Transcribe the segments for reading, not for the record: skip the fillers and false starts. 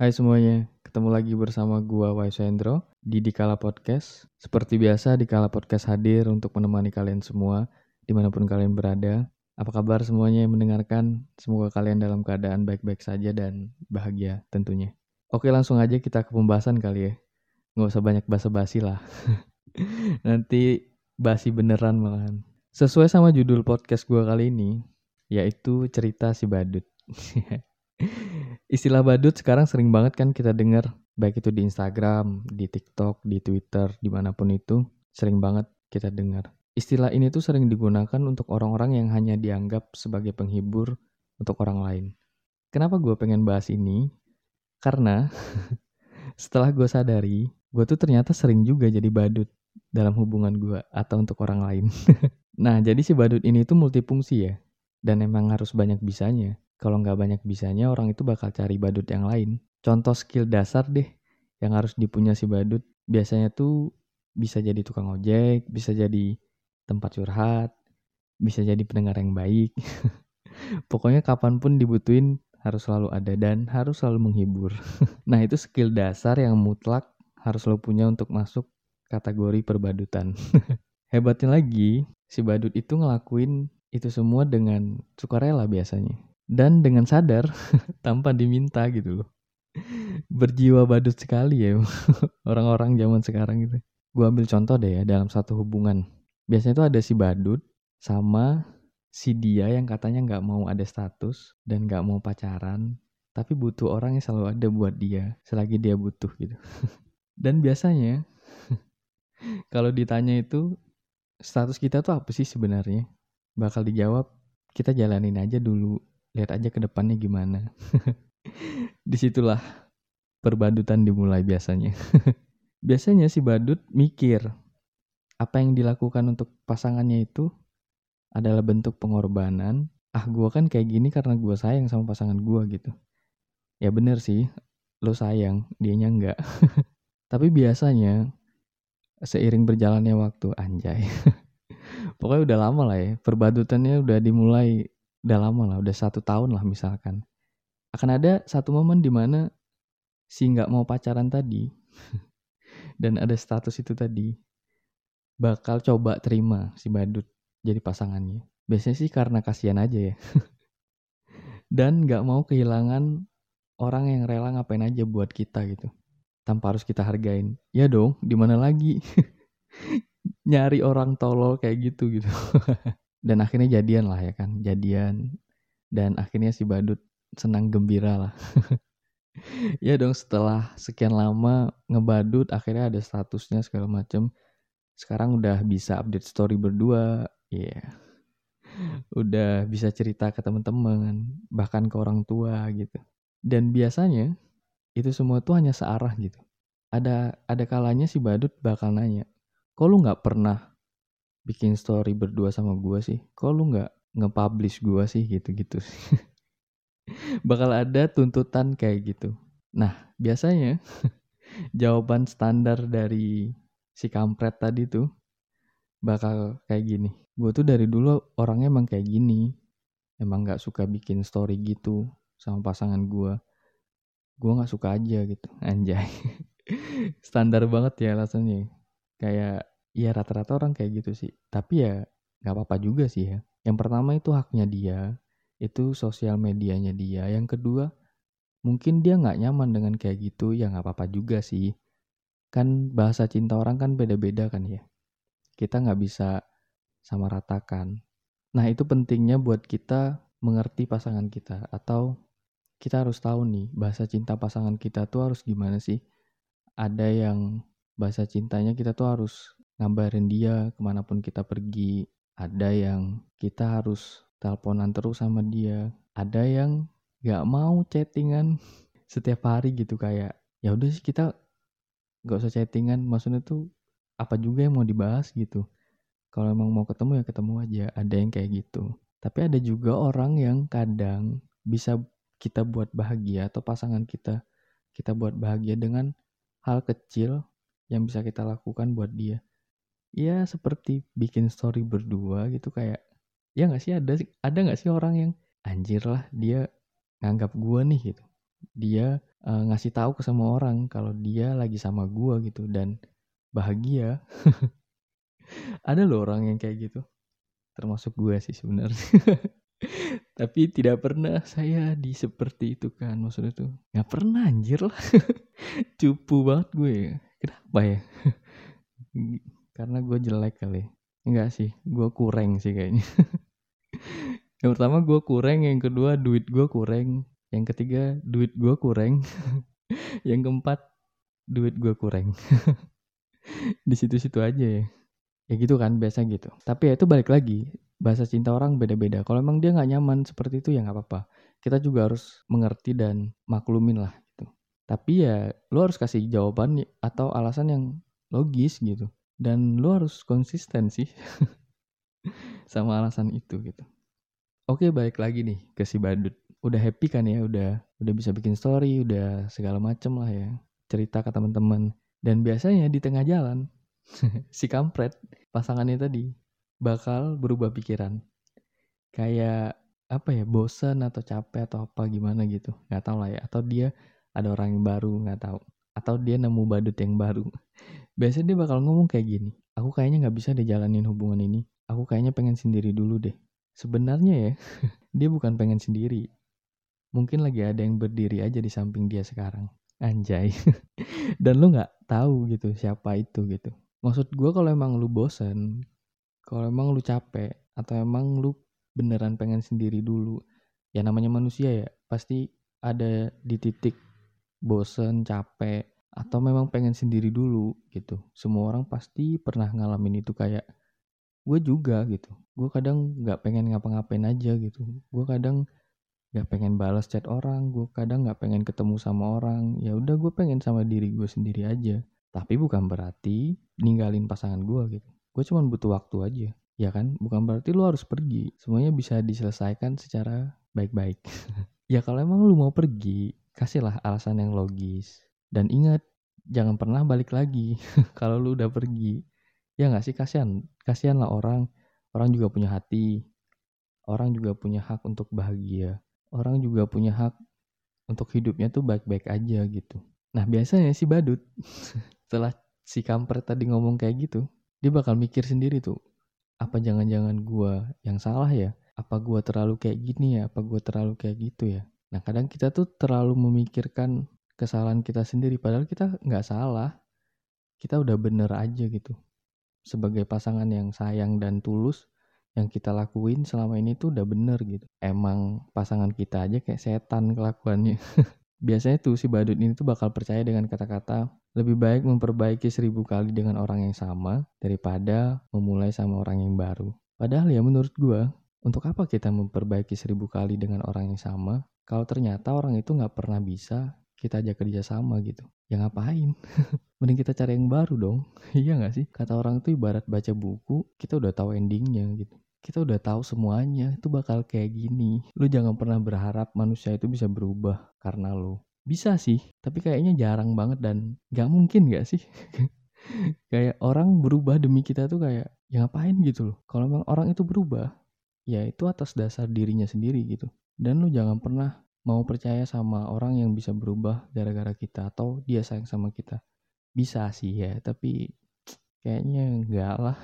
Hai semuanya, ketemu lagi bersama gua Waisendro di Dikala Podcast. Seperti biasa, Dikala Podcast hadir untuk menemani kalian semua dimanapun kalian berada. Apa kabar semuanya yang mendengarkan? Semoga kalian dalam keadaan baik-baik saja dan bahagia tentunya. Oke, langsung aja kita ke pembahasan kali ya. Nggak usah banyak basa-basi lah. Nanti basi beneran malahan. Sesuai sama judul podcast gua kali ini, yaitu cerita si badut. Istilah badut sekarang sering banget kan kita dengar, baik itu di Instagram, di TikTok, di Twitter, dimanapun itu, sering banget kita dengar. Istilah ini tuh sering digunakan untuk orang-orang yang hanya dianggap sebagai penghibur untuk orang lain. Kenapa gue pengen bahas ini? Karena setelah gue sadari, gue tuh ternyata sering juga jadi badut dalam hubungan gue atau untuk orang lain. Nah, jadi si badut ini tuh multifungsi ya, dan emang harus banyak bisanya. Kalau nggak banyak bisanya, orang itu bakal cari badut yang lain. Contoh skill dasar deh yang harus dipunya si badut. Biasanya tuh bisa jadi tukang ojek, bisa jadi tempat curhat, bisa jadi pendengar yang baik. Pokoknya kapanpun dibutuhin harus selalu ada dan harus selalu menghibur. Nah, itu skill dasar yang mutlak harus lo punya untuk masuk kategori perbadutan. Hebatnya lagi, si badut itu ngelakuin itu semua dengan sukarela biasanya. Dan dengan sadar, tanpa diminta gitu loh. Berjiwa badut sekali ya orang-orang zaman sekarang gitu. Gue ambil contoh deh ya dalam satu hubungan. Biasanya tuh ada si badut sama si dia yang katanya nggak mau ada status dan nggak mau pacaran. Tapi butuh orang yang selalu ada buat dia selagi dia butuh gitu. Dan biasanya kalau ditanya itu status kita tuh apa sih sebenarnya? Bakal dijawab, kita jalanin aja dulu, lihat aja ke depannya gimana. Disitulah perbadutan dimulai biasanya. Biasanya si badut mikir, apa yang dilakukan untuk pasangannya itu adalah bentuk pengorbanan. Ah, gua kan kayak gini karena gua sayang sama pasangan gua gitu. Ya bener sih, lo sayang, dianya enggak. Tapi biasanya, seiring berjalannya waktu, anjay. Pokoknya udah lama lah ya, perbadutannya udah dimulai, udah lama lah, udah 1 tahun lah misalkan. Akan ada satu momen di mana si nggak mau pacaran tadi dan ada status itu tadi bakal coba terima si badut jadi pasangannya. Biasanya sih karena kasihan aja ya. Dan nggak mau kehilangan orang yang rela ngapain aja buat kita gitu. Tanpa harus kita hargain. Ya dong, di mana lagi? Nyari orang tolol kayak gitu gitu. Dan akhirnya jadian lah ya kan, jadian. Dan akhirnya si badut senang gembira lah. Ya dong, setelah sekian lama ngebadut akhirnya ada statusnya segala macem. Sekarang udah bisa update story berdua. Iya. Yeah. Udah bisa cerita ke teman-teman, bahkan ke orang tua gitu. Dan biasanya itu semua tuh hanya searah gitu. Ada kalanya si badut bakal nanya, "Kok lu nggak pernah bikin story berdua sama gua sih? Kok lu nggak nge-publish gua sih?" Gitu-gitu. Bakal ada tuntutan kayak gitu. Nah, biasanya jawaban standar dari si kampret tadi tuh bakal kayak gini. Gue tuh dari dulu orangnya emang kayak gini. Emang gak suka bikin story gitu sama pasangan gue. Gue gak suka aja gitu. Anjay. Standar banget ya alasannya. Kayak ya rata-rata orang kayak gitu sih. Tapi ya gak apa-apa juga sih ya. Yang pertama itu haknya dia. Itu sosial medianya dia. Yang kedua mungkin dia gak nyaman dengan kayak gitu. Ya gak apa-apa juga sih. Kan bahasa cinta orang kan beda-beda kan ya. Kita nggak bisa sama ratakan. Nah, itu pentingnya buat kita mengerti pasangan kita. Atau kita harus tahu nih, bahasa cinta pasangan kita tuh harus gimana sih. Ada yang bahasa cintanya kita tuh harus ngabarin dia kemanapun kita pergi. Ada yang kita harus teleponan terus sama dia. Ada yang nggak mau chattingan setiap hari gitu kayak, ya udah sih kita nggak usah chattingan. Maksudnya tuh apa juga yang mau dibahas gitu. Kalau emang mau ketemu ya ketemu aja, ada yang kayak gitu. Tapi ada juga orang yang kadang bisa kita buat bahagia atau pasangan kita buat bahagia dengan hal kecil yang bisa kita lakukan buat dia. Ya seperti bikin story berdua gitu kayak, ya nggak sih ada nggak sih orang yang anjir lah dia nganggap gua nih gitu. Dia ngasih tahu ke semua orang kalau dia lagi sama gua gitu dan bahagia. Ada loh orang yang kayak gitu, termasuk gue sih sebenarnya. Tapi tidak pernah saya seperti itu kan, maksudnya tuh nggak pernah anjir lah. Cupu banget gue ya. Kenapa ya? Karena gue jelek kali. Enggak sih, gue kurang sih kayaknya. Yang pertama gue kurang, yang kedua duit gue kurang, yang ketiga duit gue kurang, yang keempat duit gue kurang. Di situ-situ aja ya. Ya gitu kan, biasa gitu. Tapi ya itu balik lagi, bahasa cinta orang beda-beda. Kalau emang dia nggak nyaman seperti itu ya nggak apa-apa. Kita juga harus mengerti dan maklumin lah gitu. Tapi ya lu harus kasih jawaban atau alasan yang logis gitu. Dan lu harus konsisten sih sama alasan itu gitu. Oke, balik lagi nih ke si badut. Udah happy kan ya, udah bisa bikin story, udah segala macem lah ya. Cerita ke teman-teman. Dan biasanya di tengah jalan si kampret pasangannya tadi bakal berubah pikiran, kayak apa ya, bosan atau capek atau apa gimana gitu, nggak tahu lah ya, atau dia ada orang yang baru, nggak tahu, atau dia nemu badut yang baru. Biasanya dia bakal ngomong kayak gini, aku kayaknya nggak bisa deh jalanin hubungan ini, aku kayaknya pengen sendiri dulu deh. Sebenarnya ya dia bukan pengen sendiri, mungkin lagi ada yang berdiri aja di samping dia sekarang, anjay. Dan lu nggak tahu gitu siapa itu gitu. Maksud gue, kalau emang lu bosen, kalau emang lu capek, atau emang lu beneran pengen sendiri dulu, ya namanya manusia ya, pasti ada di titik bosen, capek, atau memang pengen sendiri dulu gitu. Semua orang pasti pernah ngalamin itu, kayak gue juga gitu. Gue kadang nggak pengen ngapa-ngapain aja gitu. Gue kadang nggak pengen balas chat orang, gue kadang nggak pengen ketemu sama orang. Ya udah, gue pengen sama diri gue sendiri aja. Tapi bukan berarti ninggalin pasangan gue gitu. Gue cuma butuh waktu aja. Ya kan? Bukan berarti lu harus pergi. Semuanya bisa diselesaikan secara baik-baik. Ya kalau emang lu mau pergi, kasihlah alasan yang logis. Dan ingat, jangan pernah balik lagi kalau lu udah pergi. Ya nggak sih, kasihan. Kasihan lah orang. Orang juga punya hati. Orang juga punya hak untuk bahagia. Orang juga punya hak untuk hidupnya tuh baik-baik aja gitu. Nah biasanya si badut setelah si kampret tadi ngomong kayak gitu, dia bakal mikir sendiri tuh, apa jangan-jangan gua yang salah ya? Apa gua terlalu kayak gini ya? Apa gua terlalu kayak gitu ya? Nah kadang kita tuh terlalu memikirkan kesalahan kita sendiri, padahal kita nggak salah. Kita udah bener aja gitu. Sebagai pasangan yang sayang dan tulus, yang kita lakuin selama ini tuh udah bener gitu. Emang pasangan kita aja kayak setan kelakuannya. Biasanya tuh si badut ini tuh bakal percaya dengan kata-kata, lebih baik memperbaiki 1000 kali dengan orang yang sama daripada memulai sama orang yang baru. Padahal ya menurut gua, untuk apa kita memperbaiki 1000 kali dengan orang yang sama kalau ternyata orang itu nggak pernah bisa kita ajak kerja sama gitu. Ya ngapain? Mending kita cari yang baru dong. Iya nggak sih? Kata orang tuh ibarat baca buku, kita udah tahu endingnya gitu. Kita udah tahu semuanya, itu bakal kayak gini. Lu jangan pernah berharap manusia itu bisa berubah karena lu. Bisa sih, tapi kayaknya jarang banget dan gak mungkin gak sih? Kayak orang berubah demi kita tuh kayak, ya ngapain gitu loh. Kalau memang orang itu berubah, ya itu atas dasar dirinya sendiri gitu. Dan lu jangan pernah mau percaya sama orang yang bisa berubah gara-gara kita atau dia sayang sama kita. Bisa sih ya, tapi kayaknya enggak lah.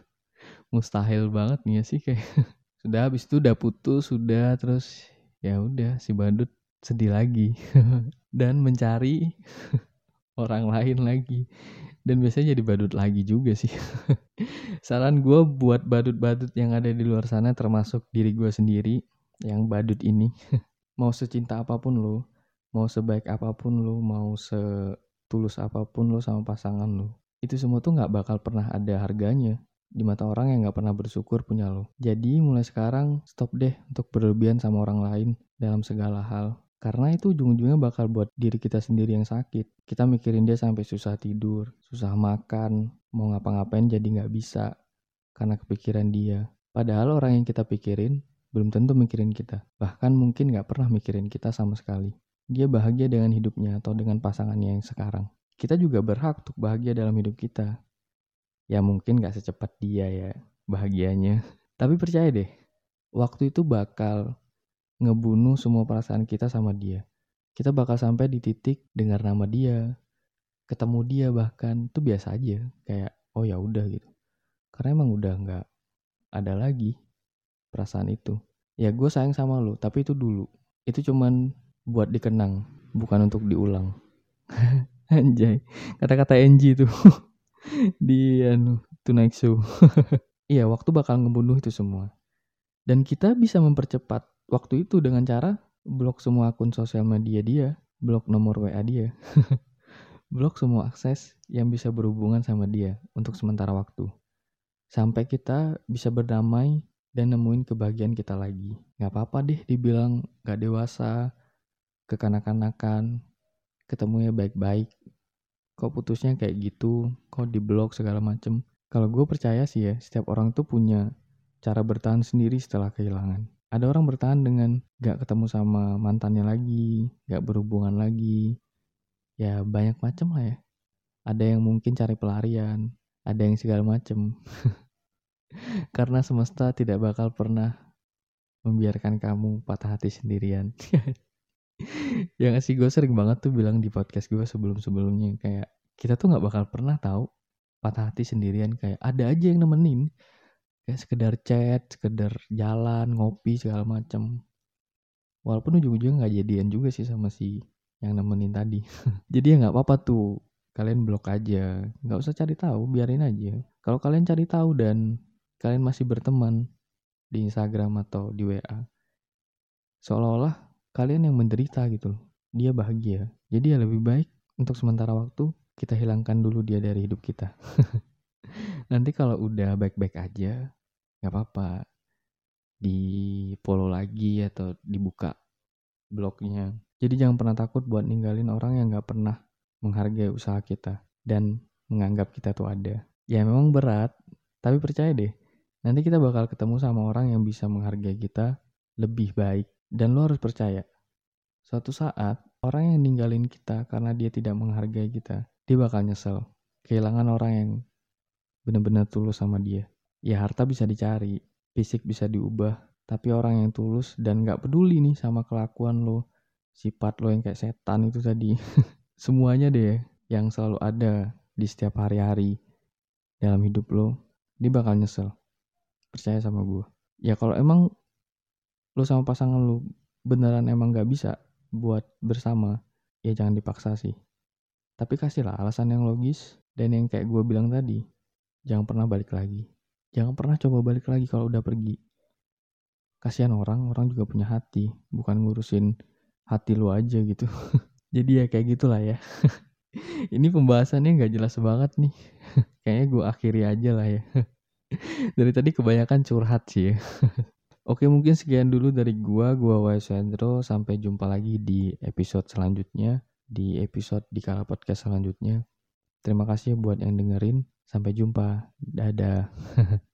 Mustahil banget nih ya sih kayak. Sudah habis itu udah putus, sudah terus ya udah si badut sedih lagi dan mencari orang lain lagi. Dan biasanya jadi badut lagi juga sih. Saran gue buat badut-badut yang ada di luar sana, termasuk diri gue sendiri yang badut ini. Mau secinta apapun lo, mau sebaik apapun lo, mau setulus apapun lo sama pasangan lo, itu semua tuh gak bakal pernah ada harganya di mata orang yang gak pernah bersyukur punya lo. Jadi mulai sekarang stop deh untuk berlebihan sama orang lain dalam segala hal. Karena itu ujung-ujungnya bakal buat diri kita sendiri yang sakit. Kita mikirin dia sampai susah tidur, susah makan, mau ngapa-ngapain jadi gak bisa karena kepikiran dia. Padahal orang yang kita pikirin belum tentu mikirin kita. Bahkan mungkin gak pernah mikirin kita sama sekali. Dia bahagia dengan hidupnya atau dengan pasangannya yang sekarang. Kita juga berhak untuk bahagia dalam hidup kita. Ya mungkin gak secepat dia ya bahagianya. Tapi percaya deh, waktu itu bakal ngebunuh semua perasaan kita sama dia. Kita bakal sampai di titik dengar nama dia, ketemu dia bahkan tuh biasa aja, kayak oh ya udah gitu. Karena emang udah nggak ada lagi perasaan itu. Ya gue sayang sama lu, tapi itu dulu. Itu cuman buat dikenang, bukan untuk diulang. Anjay, kata-kata NG tuh di Tonight Show. Iya, waktu bakal ngebunuh itu semua. Dan kita bisa mempercepat waktu itu dengan cara blok semua akun sosial media dia, blok nomor WA dia, blok semua akses yang bisa berhubungan sama dia untuk sementara waktu. Sampai kita bisa berdamai dan nemuin kebahagiaan kita lagi. Gak apa-apa deh dibilang gak dewasa, kekanak-kanakan, ketemunya baik-baik. Kok putusnya kayak gitu, kok diblok segala macem. Kalau gue percaya sih ya, setiap orang tuh punya cara bertahan sendiri setelah kehilangan. Ada orang bertahan dengan gak ketemu sama mantannya lagi, gak berhubungan lagi. Ya banyak macam lah ya. Ada yang mungkin cari pelarian, ada yang segala macem. Karena semesta tidak bakal pernah membiarkan kamu patah hati sendirian. Yang sih gue sering banget tuh bilang di podcast gue sebelum-sebelumnya. Kayak kita tuh gak bakal pernah tahu patah hati sendirian. Kayak ada aja yang nemenin. Kayak sekedar chat, sekedar jalan, ngopi segala macam. Walaupun ujung-ujungnya gak jadian juga sih sama si yang nemenin tadi. Jadi ya gak apa-apa tuh. Kalian blok aja. Gak usah cari tahu, biarin aja. Kalau kalian cari tahu dan kalian masih berteman di Instagram atau di WA, seolah-olah kalian yang menderita gitu loh. Dia bahagia. Jadi ya lebih baik untuk sementara waktu kita hilangkan dulu dia dari hidup kita. Nanti kalau udah baik-baik aja, gak apa-apa. Di follow lagi atau dibuka blognya. Jadi jangan pernah takut buat ninggalin orang yang gak pernah menghargai usaha kita dan menganggap kita tuh ada. Ya memang berat, tapi percaya deh, nanti kita bakal ketemu sama orang yang bisa menghargai kita lebih baik. Dan lo harus percaya, suatu saat orang yang ninggalin kita karena dia tidak menghargai kita, dia bakal nyesel. Kehilangan orang yang benar-benar tulus sama dia. Ya harta bisa dicari, fisik bisa diubah, tapi orang yang tulus dan gak peduli nih sama kelakuan lo, sifat lo yang kayak setan itu tadi, semuanya deh yang selalu ada di setiap hari-hari dalam hidup lo, dia bakal nyesel. Percaya sama gue. Ya kalau emang lo sama pasangan lo beneran emang gak bisa buat bersama, ya jangan dipaksa sih. Tapi kasihlah alasan yang logis dan yang kayak gue bilang tadi. Jangan pernah balik lagi. Jangan pernah coba balik lagi kalau udah pergi. Kasihan orang juga punya hati. Bukan ngurusin hati lu aja gitu. Jadi ya kayak gitulah ya. Ini pembahasannya gak jelas banget nih. Kayaknya gue akhiri aja lah ya. Dari tadi kebanyakan curhat sih ya. Oke, mungkin sekian dulu dari gua Waisendro. Sampai jumpa lagi di episode selanjutnya. Di episode di Kala Podcast selanjutnya. Terima kasih buat yang dengerin. Sampai jumpa. Dadah.